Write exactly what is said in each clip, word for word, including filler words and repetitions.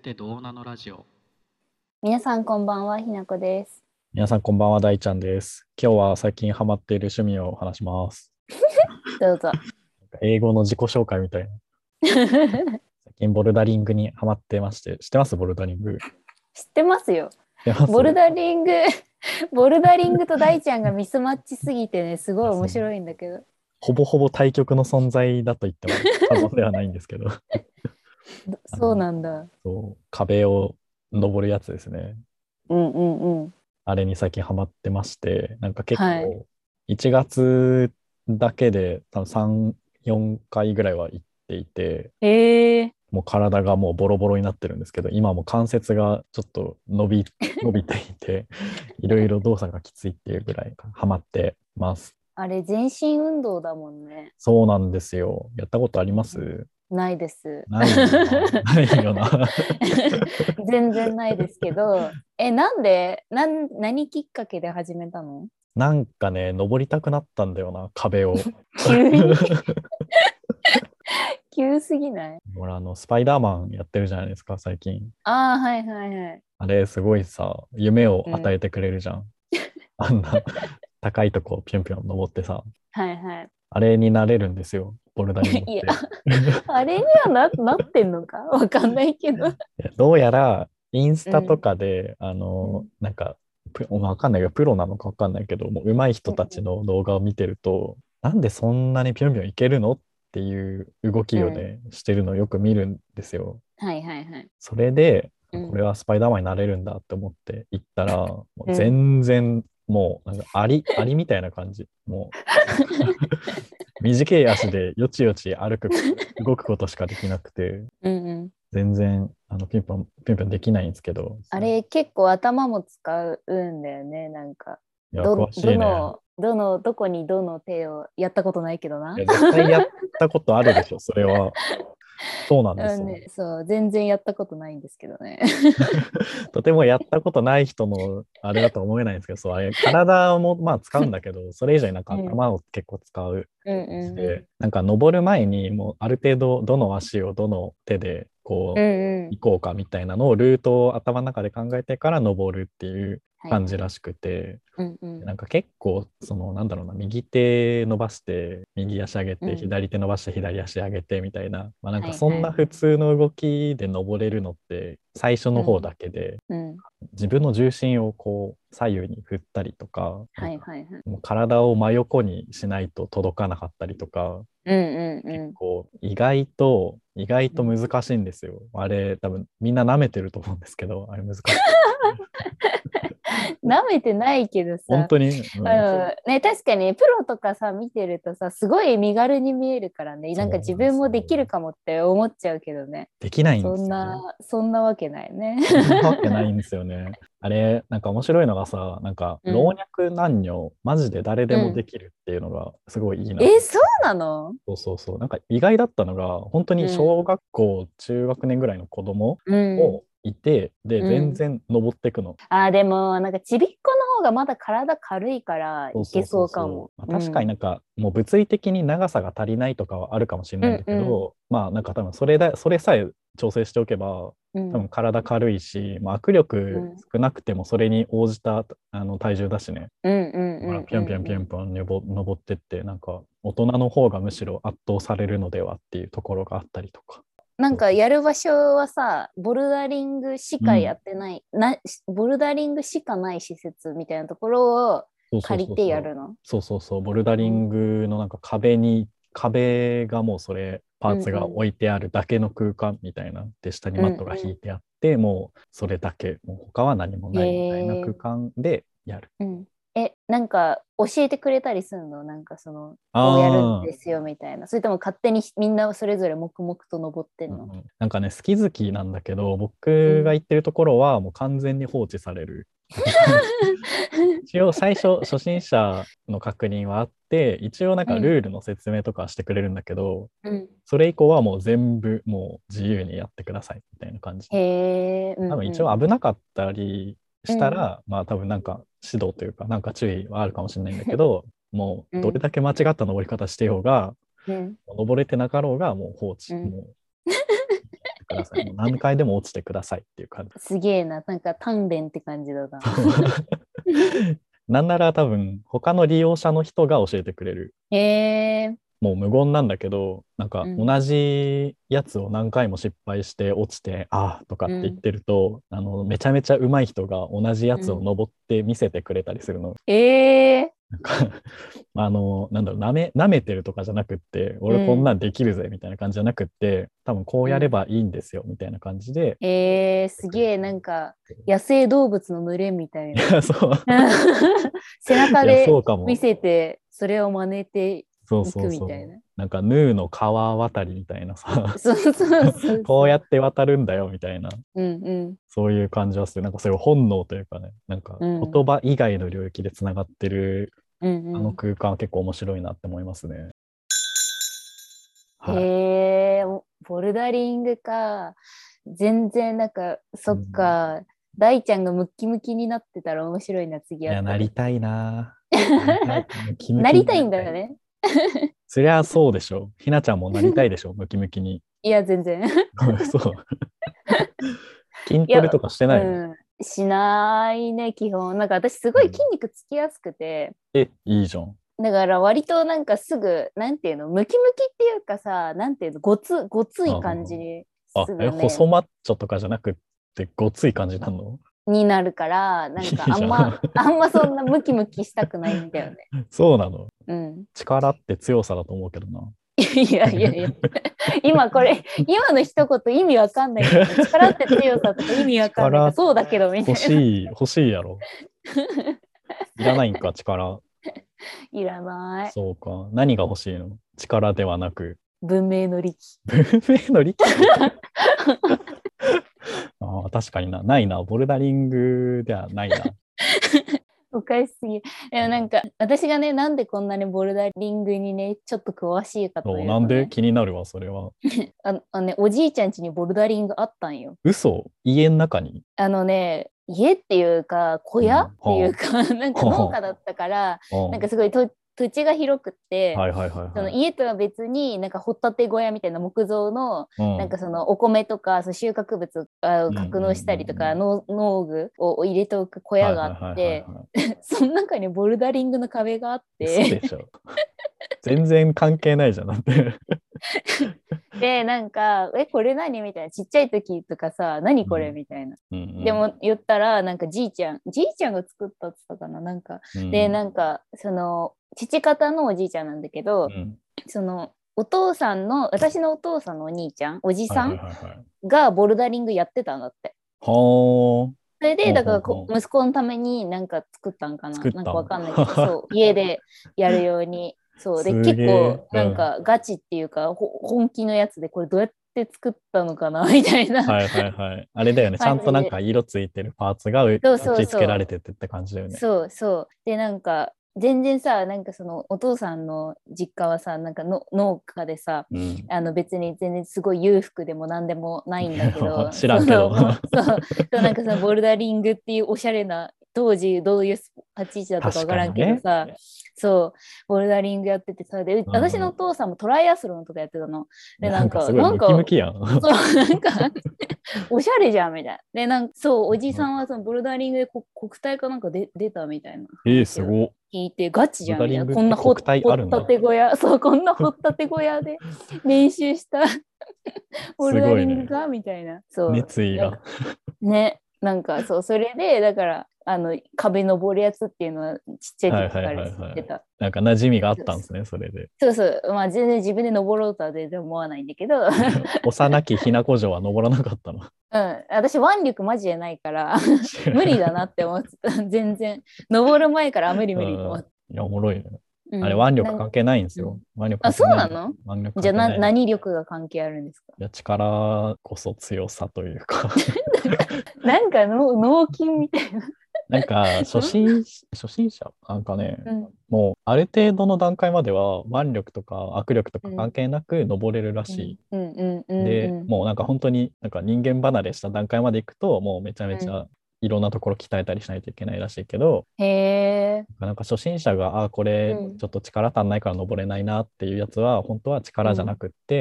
てどうなのラジオ。 皆さんこんばんは、ひなこです。 皆さんこんばんは、大ちゃんです。今日は最近ハマっている趣味を話します。 どうぞ。 なんか英語の自己紹介みたいな。最近ボルダリングにハマってまして、知ってますボルダリング？ 知ってますよ。 知ってます？ ボルダリング、ボルダリングと大ちゃんがミスマッチすぎてね、すごい面白いんだけど。 ほぼほぼ対極の存在だと言っても過言ではないんですけど。 そうなんだ。 そう壁を登るやつですね。 うんうんうん。 あれに最近ハマってまして、なんか結はい。 構いちがつだけで多分さん、よんかいぐらいは行っていて、 えー、 もう体がもうボロボロになってるんですけど、今も関節がちょっと伸び、伸びていて、いろいろ動作がきついっていうぐらいハマってます。 あれ全身運動だもんね。 そうなんですよ。やったことあります？ ないです。 ないよな。ないよな。 全然ないですけど、え、なんで、なん、何きっかけで始めたの？ なんかね、登りたくなったんだよな、壁を。 急に急すぎない？ ほら、あの、スパイダーマンやってるじゃないですか、最近。 ああ、はいはいはい。 あれ、すごいさ、夢をうん。 与えてくれるじゃん。あんな高いとこピョンピョン登ってさ、 はいはい。 あれになれるんですよ、ボルダリングっいや、 て。 あれにはな、なってんのかわかんないけど。 いやどうやら、インスタとうん。 かで、あうの、 ん。 なんか、プわかんないけど、プロなのかわかんないけど、もう上手い人たちうんの動画を見てると、なんでそんなにぴょんぴょんいけるのっていう動きをうん。 ね、してるのをよく見るんですよ。 はいはいはい。 それで、 うん。 これはスパイダーマンになれるんだって思って行ったら、もううん。 全然、もう、なんかアリ、アリみたいな感じ。もう短い足でよちよち歩く、動くことしかできなくて、 うんうん。 全然、あの、ピンポン、ピンポンできないんですけど、 あれ結構頭も使うんだよね。なんか、 いや、 ど、 詳しいね。 どの、どの、どこにどの手をやったことないけどな。 いや、絶対やったことあるでしょ、それは。そうなんですよ。 うんね、そう、全然やったことないんですけどね。 とてもやったことない人のあれだと思えないんですけど、そう、あれ、体もまあ使うんだけど、それ以上になんかうん。 頭を結構使ううん感じうんうで、なんか登る前にもうある程度どの足をどの手でん。うこうんうん。 行こうかみたいなのをルートを頭の中で考えてから登るっていうはいはい。 感じらしくて、 うんうん。 なんか結構そのなんだろうな、右手伸ばして右足上げて、 うん。 左手伸ばして左足上げてみたいな、まあ、なんかそんはいはい。 な普通の動きで登れるのって最初の方うん。 だけで、 うん。 自分の重心をこう左右に振ったりとか、なんかはいはいはい。 もう体を真横にしないと届かなかったりとか、 うんうん結うん。 構意外と意外とうん。 難しいんですよ。あれ多分みんな舐めてると思うんですけど、あれ難しい。 舐めてないけどさ、 本当に、うん、 あのね、確かにプロとかさ見てるとさ、すごい身軽に見えるからね、なんかそうなんですよ。 自分もできるかもって思っちゃうけどね。 できないんでそんすよ。 なそんなわけないね。 そんなわけないんですよね。あれ、なんか面白いのがさ、なんか老うん若男女、マジで誰でもでうん。 きるっていうのがすごいいいなと。 え、そうなの？ そうそうそう。なんか意外だったのが、本当にうん小学校、中学年ぐらいの子供うんもいて、で、全うん。 然登っていくの。 あー、でもなんかちびっこの方がまだ体軽いからいけそうそうそうそうかも。 そう。まあ、確かにうんなんかもう物理的に長さが足りないとかはあるかもしれうないんだんうんけど、まあなんか多分それだ、それさえ調整しておけば、多分うん体軽いし、まあ、握力うん少なくてもそれに応じたあの体重だしね。 うんうんだからうんぴょんぴょんぴょうんんぴょん登登ってって、なんか大人の方がむしろ圧倒されるのではっていうところがあったりとか。 なんそうそう。 かやる場所はさ、ボルダリングしかやうん。 ってない、な、ボルダリングしかない施設みたいなところをそうそう借りてそうそう。 やるの？ そうそうそう。ボルダリンうんグのなんか壁に、壁がもうそれ、パうんーツがうん置いてあるだけの空間みたいな。で、下にうんマットが引いうてあって、もうそれだけ、もう他は何もん。 ないみたいな空へえ。 間でやる。 うん。え、なんか教えてくれたりするの？なんかその、こうやるんああ、 ですよみたいな。それとも勝手にみんなそれぞれ黙々と登ってんの？ うんうん、なんかね、好き好きなんだけど、 うん。 僕が行ってるところはもう完全に放置されるって感じ。一応最初、初心者の確認はあって、一応なんかルうん。 ールの説明とかはしてくれるんだけど、 うん。 それ以降はもう全部もう自由にやってくださいみたいな感じ。 へえ。うん多分一応うん危なかったりうん。 したら、まあ多分なんか指導というか、なんか注意はあるかもしれないんだけど、もうどれうんだけ間違った登り方してようが、 うん登れてなかろうがもう放置。 うん。 もうください。もう何回でも落ちてくださいっていう感じ。 すげえな。なんか鍛錬って感じだな。 なんなら多分他の利用者の人が教えてくれる。 へえ。 もう無言なんだけど、なんかうん。 同じやつを何回も失敗して落ちて、ああとかって言っうん。 てると、あのめちゃめちゃ上手い人が同じやつをうん。 登って見せてくれたりするの。 ええ。 なんかあの、なんだろう、なめ、舐めてるとかじゃなくって、俺こんなうん。 んできるぜみたいな感じじゃなくって、多分こうやれうん。 ばいいんですよみたいな感じでええ、 やってくれすげえ、なんか、野生動物の群れみたいる。いな。 や、そう。 背中いや、そで見うかも。 せて、それを真似てそういくみたいそうそう。 な。 なんか、ヌーの川渡りみたいなさ、 そうそうそうこうやそう。 って渡るんだよみたいな、 うんうん。 そういう感じはする。なんかそういう本能というかね、なんかうん。 言葉以外の領域でつながってるうんうん。 あの空間は結構面白いなって思いますね。はい。 へえ、ボルダリングか。全然なんか、そっうん、 か。大ちゃんがムッキムキになってたら面白いな、次いや、 会った時。 なりたいな。なりたい。ムキムキなりたいになりたい。 んだよね。 そりゃそうでしょ。ひなちゃんもなりたいでしょ、ムキムキに。 いや、全然。 そう。筋いや、 トレとかしてないの？ うん。しないね、基本。なんか私すごい筋うん、 肉つきやすくて、 え、いいじゃん。 だから割となんかすぐ、なんていうの、ムキムキっていうかさ、なんていうの、ごつ、ごついあ感じにあ、あ、え、 すぐね、 細マッチョとかじゃなくってごつい感じなの？ になるから、なんかいいじゃあんま、 ん。 あんまそんなムキムキしたくないんだよね。 そうなの。 うん。 力って強さだと思うけどな。 いやいやいや、今これ、今の一言意味わかんないんだけど、力って強さとか意味わかんないから、 力そうだけど、みた欲いな。 しい、欲しいやろ。いらないんか、力。 いらない。 そうか。何が欲しいの？力ではなく。 文明の利器。 文明の利器。ああ、確かにな。ないな。ボルダリングではないな。 おかしすぎる。でもなんか、私がね、なんでこんなにボルダリングにね、ちょっと詳しいかとそう、なんいうとね、 で気になるわ、それは。 ああのね、おじいちゃん家にボルダリングあったんよ。 嘘？家の中に？ あのね、家っていうか、小うん。 屋っていうはか、なんあ。 か農は家だったから、 あ。はなんかすごいと土地が広くっあ。 て、 はいはいはいそのはい。 家とは別になんか掘ったて小屋みたいな木造のうん。 なんかそのお米とかその収穫物をうんうん格納したりとうんうん。 か農農具を入れておく小屋があっはいはいはいはいて、 はい。 その中にボルダリングの壁があって、 嘘でしょ。全然関係ないじゃん。だって。 で、なんか、え、これ何みたいな。ちっちゃい時とかさ、何これうん。 みたいな。 うんでも言ったら、なんかじいちゃん、じいちゃんが作ったって言ったかな。なんか、 うん。うで、 ん。 なんか、その、父方のおじいちゃんなんだけど、 うん。 その、お父さんの、私のお父さんのお兄ちゃん、おじはいはいさんはいはい。 がボルダリングやってたんだって。 はあ。 それで、 ほうだからこほうほう。 息子のためになんか作ったんかな。なんかわ作ったん？ かんないけど、そう、家でやるように。そう。で、 す結げえ。 構なんうん。 かガチっていうか、ほ本気のやつで、これどうやって作ったのかなみたいなはいはいはい。あれだよね。ちゃんとなん感じで。 か色ついてるパーツが打そうそうち付けらそう。 れててって感じだよね。 そうそう。で、なんか、全然さ、なんかそのお父さんの実家はさ、なんかの農家でさ、 うん。 あの別に全然すごい裕福でも何でもないんだけど、 知らんけど。 そのもう、そう、そうなんかそのボルダリングっていうおしゃれな、当時どういう立ち位置だったか確わからんけどかにね。 さ、そう、ボルダリングやっててさ、で、う私のおうんうん。 父さんもトライアスロンとかやってたの。で、 なんかすなんか、 ごいムキムなんか、 キやん。 そう、なんかおしゃれじゃんみたいな。で、なんか、そう、おじさんはそのボルダリングでこ国体かなんかで出たみたいなえー、 話をすごっ。 聞いて、ガチボルじゃんみたいな。 ダリングってこんなほ国体掘ったあるんだ。 て小屋、そう、こんな掘ったて小屋で練習したボルすダごいね。 リングかみたいな。そう。なんか熱意が。 ね、なんかそう、それで、だから、あの、壁登るやつっていうのはちっちゃいはいはい時から知っはいはい。 てた。 なんか馴染みがあったんですね、それで。 そうそう、まあ全然自分で登ろうとは全然思わないんだけど、 幼きひなこ城は登らなかったの？ うん、私腕力マジでないから無理だなって思ってた。全然。登る前からあ無理う無理と思って。 ん。いや、おもろいね。あれ、 うん。 腕なん力関係ないんですよ。 うん、 腕力あ、 関係ない。 そうなの？ 腕力じゃあな、 関係ない。い何力が関係あるんですか？ や、力こそ強さというかなんかの脳筋みたいな。 なんか、初心、初心者なんかね、 うん。 もう、ある程度の段階までは、腕力とか握力とか関うん。 係なく登れるらうん。 しうん。うん。うい。 ん。うで、 ん。 もうなんか本当に、なんか人間離れした段階まで行くと、もうめちゃめちうん。 ゃいろんなところ鍛えたりしないといけないらしいけど、 へえ。 なんか初心者が、あ、これうん。 ちょっと力足んないから登れないなっていうやつは、本当は力じゃなうん。 くって、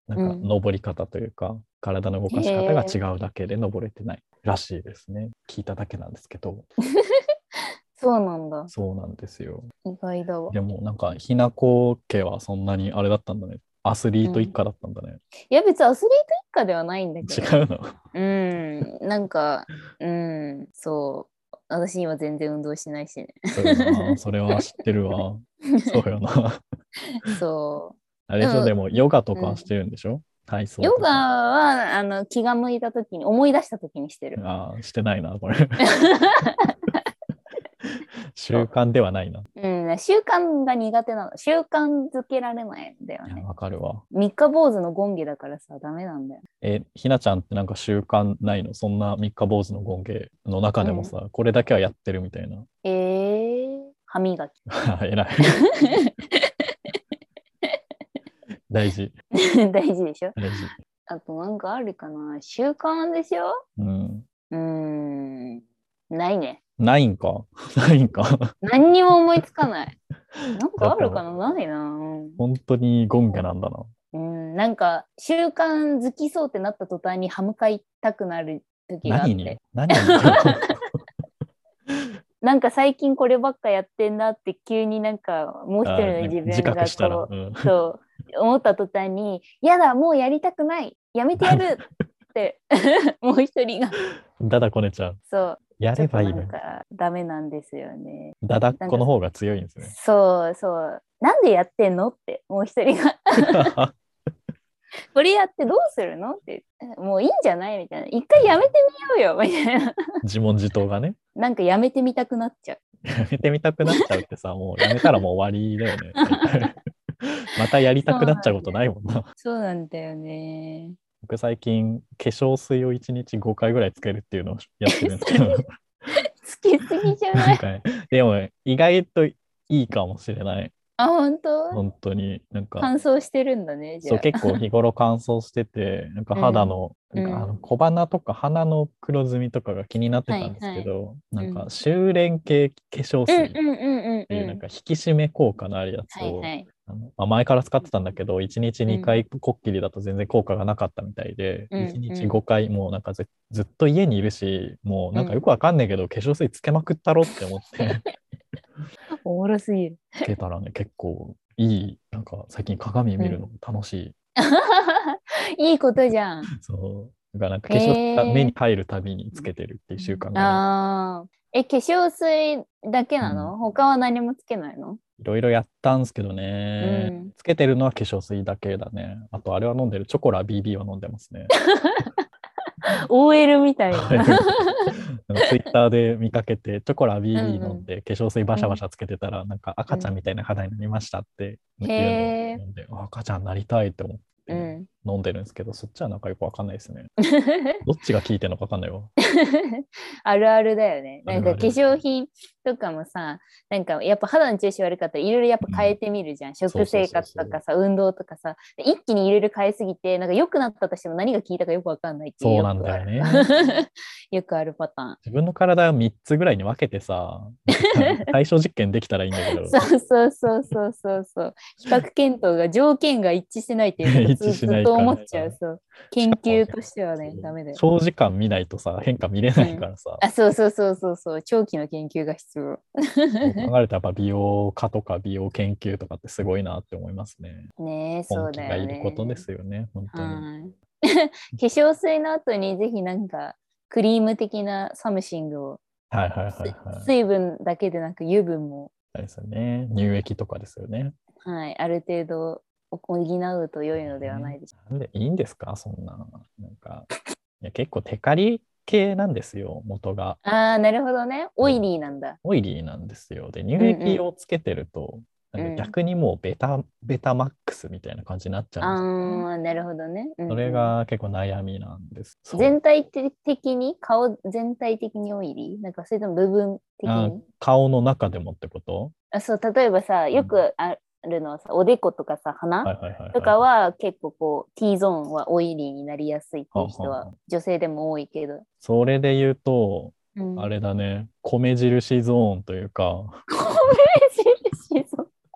なんかうん。 登り方というか、体の動かしへ方がえ、 違うだけで登れてないらしいですね。聞いただけなんですけど。 そうなんだ。 そうなんですよ。 意外だわ。 でもなんか、ひなこ家はそんなにあれだったんだね。アスリート一うん。 家だったんだね。 いや、別にアスリート一家ではないんだけ違どね。 うの？ うん。なんか、うん。そう。私今全然運動しないしね。 そうよな。それは知ってるわ。そうよな。 そう。 あれでしょ、ででも、 も、ヨガとかはしてうん。 るんでしょ？体操ヨガとか。 は、あの、気が向いた時に、思い出した時にしてる。 ああ、してないな、これ。習そ慣ではないな。 う。うん。習慣が苦手なの。習慣づけられないんだよいや、 ね。 わかるわ。 三日坊主の権化だからさ、ダメなんだよ。 え、ひなちゃんってなんか習慣ないの？そんな三日坊主の権化の中うん。 でもさ、これだけはやってるみたいな。 えー、歯磨き。 偉い。大事。 大事でしょ。 大事。 あとなんかあるかな。習慣でしょ。 うん。 うーん。ないね。 ないんか。ないんか。 何にも思いつかない。なんやっぱ、 かあるかな。ないな。うん。 本当に権化なんだな。 うん、なんか習慣づきそうってなった途端に歯向かいたくなる時があっ何にて。 何によ。 なんか最近こればっかやってんなって急になんかもう一人あ、 のなんか自自分覚したら。 がこう、 うん。 そう思った途端に、やだ、もうやりたくない、やめてやるってもう一人が、 だだこねちゃん。 そう、 やちょっとなればいいのに。 んかダメなんですよね。 だだっなんか、 この方が強いんですね。 そうそう、なんでやってんのってもう一人がこれやってどうするのって、もういいんじゃないみたいな。一回やめてみようよみたいな。 自問自答がね。 なんかやめてみたくなっちゃう。 やめてみたくなっちゃうってさ、もうやめたらもう終わりだよね。大体またやりたそうくなっちゃうことなんだよ。 ないもんな。 そうなんだよね。 僕最近、化粧水をいちにちごかいぐらいつけるっていうのをやってるんですそれ、 けど、 つけすぎじゃない？ なんかね、でも意外といいかもしれない。 あ、本当？ 本当に。なんか、 乾燥してるんだね、じそう、 ゃあ。 結構日頃乾燥してて、なんかうん。 肌の、なんかあのうん。 小鼻とか鼻の黒ずみとかが気になってはたんですいはい。 けど、なんかうん。 修練系化粧うん水っうんうんうんていううん。 なんか引き締め効果のあるやつを、 はいはい。 あのまあ、前から使ってたんだけど、いちにち2 うん。 回こっきりだと全然効果がなかったみたいで、1 うんう日んごかい、もうなんかず、ずっと家にいるし、もううん。 なんかよくわかんないけど、化粧水つけまくったろって思っておもろすぎる。 つけたらね、結構いい、なんか最近鏡見るのうん。 楽しい。 いいことじゃん。 そう。だからなんかへ化粧水が目にえ。 入るたびにつけてるっていう習慣がね、 ああ。え、化粧水だけうん、 なの？他は何もつけないの？ いろいろやったんすけどうね、 ん。 つけてるのは化粧水だけだね。あとあれは飲んでる、チョコラ ビービー は飲んでますね。 オーエル みたいな。 なんかツイッターで見かけて、チョコラうビービー 飲んんで化粧水バうん。うん。 シャバシャつけてたら、なんか赤ちゃんうん。 みたいな肌になりましたってへいうのをえ。 飲んで、あ赤ちゃんになりたいって思ってうん。 飲んでるんですけど、そっちはなんかよくわかんないですね。どっちが効いてるのかわかんないわ。 あるあるだよね。なんか化あるある。 粧品とかもさ、なんかやっぱ肌の調子悪かったらいろいろやっぱうん。 変えてみるじゃん。 そうそう食生そうそう。 活とかさ、運動とかさ。で一気にいろいろ変えすぎて、なんか良くなったとしても何が効いたかよくわかんないっていうそうなんだよくある。 よね。 よくあるパターン。 自分の体をみっつぐらいに分けてさ、なんか対象実験できたらいいんだけど、 そうそうそうそうそうそう。比較検討が条件が一致してないっていう、なんか一致ず、 しないずっと思からさ、 っちゃう。そう。 しかもね、 研究としてはね、 そうダメだよ。 長時間見ないとさ、変化見れないうん。 からさ、 あ、そうそうそうそうそう。長期の研究が必要。 そう考えるとやっぱ美容家とか美容研究とかってすごいなって思いますね。 ねえ、 根そうだよ気がいることでね。 すよね、本当に。 はい。化粧水の後にぜひなんかクリーム的なサムシングを、 はいはいはいすはい。 水分だけでなく油分も、 あれですよね。乳液とかですよね。 はい、ある程度補うと良いのではなね、 いでしょなんでいいんですか、そんな。なんか、いや結構テカリ系なんですよ、元が。 うか。ああ、なるほどね。オイそうリーなんだ。 オイリーなんですよ。で、乳うん液うをつけてると、なん。 んかうん。 逆にもうベタ、ベタマックスみたいな感じになっちゃうんですよね。 ああ、なるほどね。うんそれうが結構悩みなんです。 ん。 そう。 全体的に、顔全体的にオイリーなんかそれとも部分的あ、 に？ 顔の中でもってこと？ あ、そう、例えばさ、 うん、 よくあるのはさ、おでことかさ、鼻はいはいはいとはい。 かは結構こう、T ゾーンはオイリーになりやすいってはいう人はあはあはあ、 女性でも多いけど。 それで言うと、 うん。 あれだね、米印ゾーンというか、 米印ゾーン。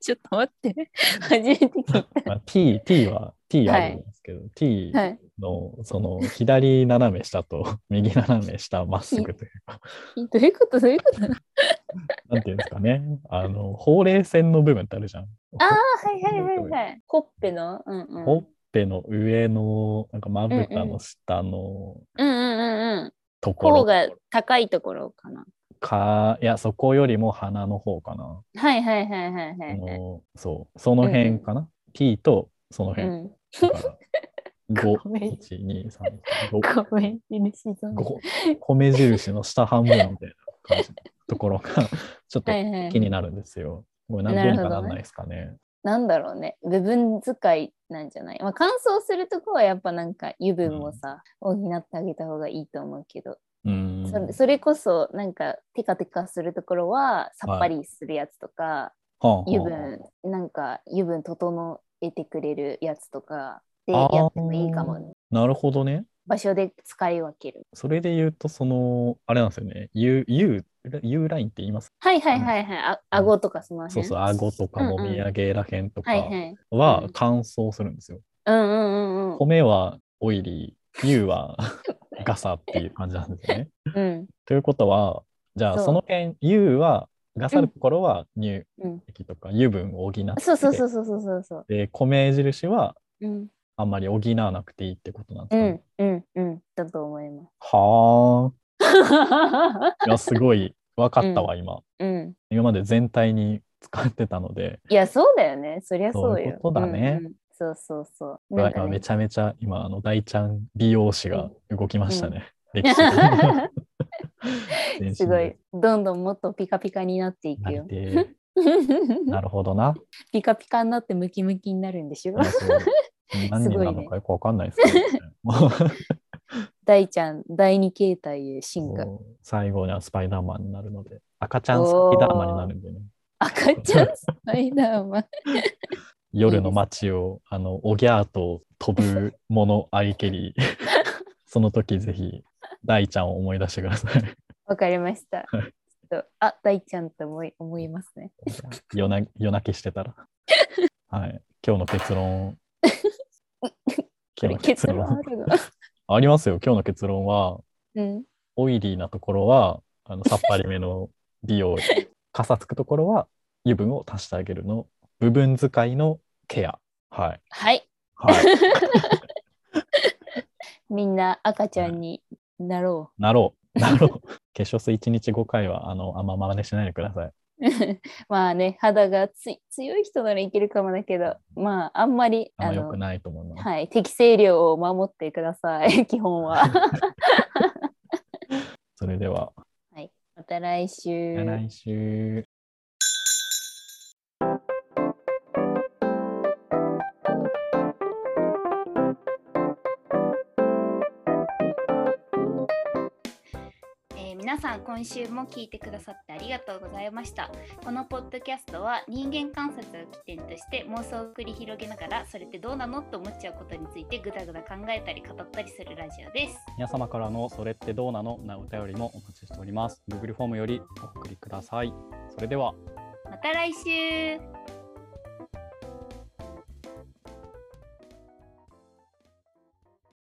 ちょっと待って。初めて聞いた。 まあ、T, T は T あるんですけど、はい、T のその左斜め下と右斜め下まっすぐというか。 どういうことどういうことなんていうんですかね。あの、ほうれい線の部分ってあるじゃん。 ああ、はいはいはいはい。ほっぺの、うんうん、 ほっぺの上の、なんかまぶたの下のうんうんうんうん。 ところ。 頬が高いところかな。 か、いや、そこよりも鼻の方かな。 はいはいはいはいはい、はい。 のそう、その辺かな。うんうん、T とその辺。うん、だからご、いち、に、さん、ご。米印米印の下半分みたいな感じのところがちょっと気になるんですよ。これ何どうにかなんないですかね。 なんだろうね。部分使いなんじゃない、まあ、乾燥するとこはやっぱなんか油分もさ、補、うん、ってあげた方がいいと思うけど。うんそれ、それこそなんかテカテカするところはさっぱりするやつとか、はい、油分なんか油分整えてくれるやつとかでやってもいいかもね。 なるほどね。 場所で使い分ける。 それで言うとそのあれなんですよね。U, U, U ラインって言います。 はいはいはいはい。あ顎とかその辺。 そうそう、顎とかもみあげらへんとかは乾燥するんですよ。 うんうんうんうん。 米はオイリー、U はガサっていう感じなんですよね。うん、ということは、じゃあその辺 U はガサるところは乳液とか油分を補って、うん、 そうそうそうそうそうそう。 で米印はあんまり補わなくていいってことなんですかね。 うんうんうん、だと思います。 はあ。いやすごい分かったわ、うん、今、うん。今まで全体に使ってたので。 いやそうだよね。そりゃそうよ。 そういうことだね。 うんうん、そうそうそう。 なんか、ね、めちゃめちゃ今あの大ちゃん美容師が動きましたね。うん、歴史すごい。どんどんもっとピカピカになっていくよ。 なるほどな。 ピカピカになってムキムキになるんでしょ。 何人なのかよくわかんないですけど、ね、 大ちゃんだいに形態へ進化。 最後にはスパイダーマンになるので、赤ちゃんスパイダーマンになるんでね。 赤ちゃんスパイダーマン。 夜の街をあのおぎゃーと飛ぶものありけり、その時ぜひ大ちゃんを思い出してください。 わかりました。あ、大ちゃんと思い思いますね。 夜な夜泣きしてたら。はい。今日の結論。 今日の結論あるのありますよ。今日の結論は、 うん、 オイリーなところはあのさっぱりめの美容、かさつくところは油分を足してあげるの、部分使いのケア。はい。 はい。 はい、 みんな赤ちゃんになろう。なろう。なろう。化粧水いちにちごかいはあのあんま真似しないでください。 まあね、肌がつ強い人ならいけるかもだけど、まああんまりあんま良くないと思います。 はい、適正量を守ってください。基本は。 それでは。 はい、また来週。 また来週。 皆さん今週も聞いてくださってありがとうございました。このポッドキャストは人間観察を起点として妄想を繰り広げながら、それってどうなのと思っちゃうことについてぐだぐだ考えたり語ったりするラジオです。 皆様からのそれってどうなのなお便りもお待ちしております。Google フォームよりお送りください。それではまた来週。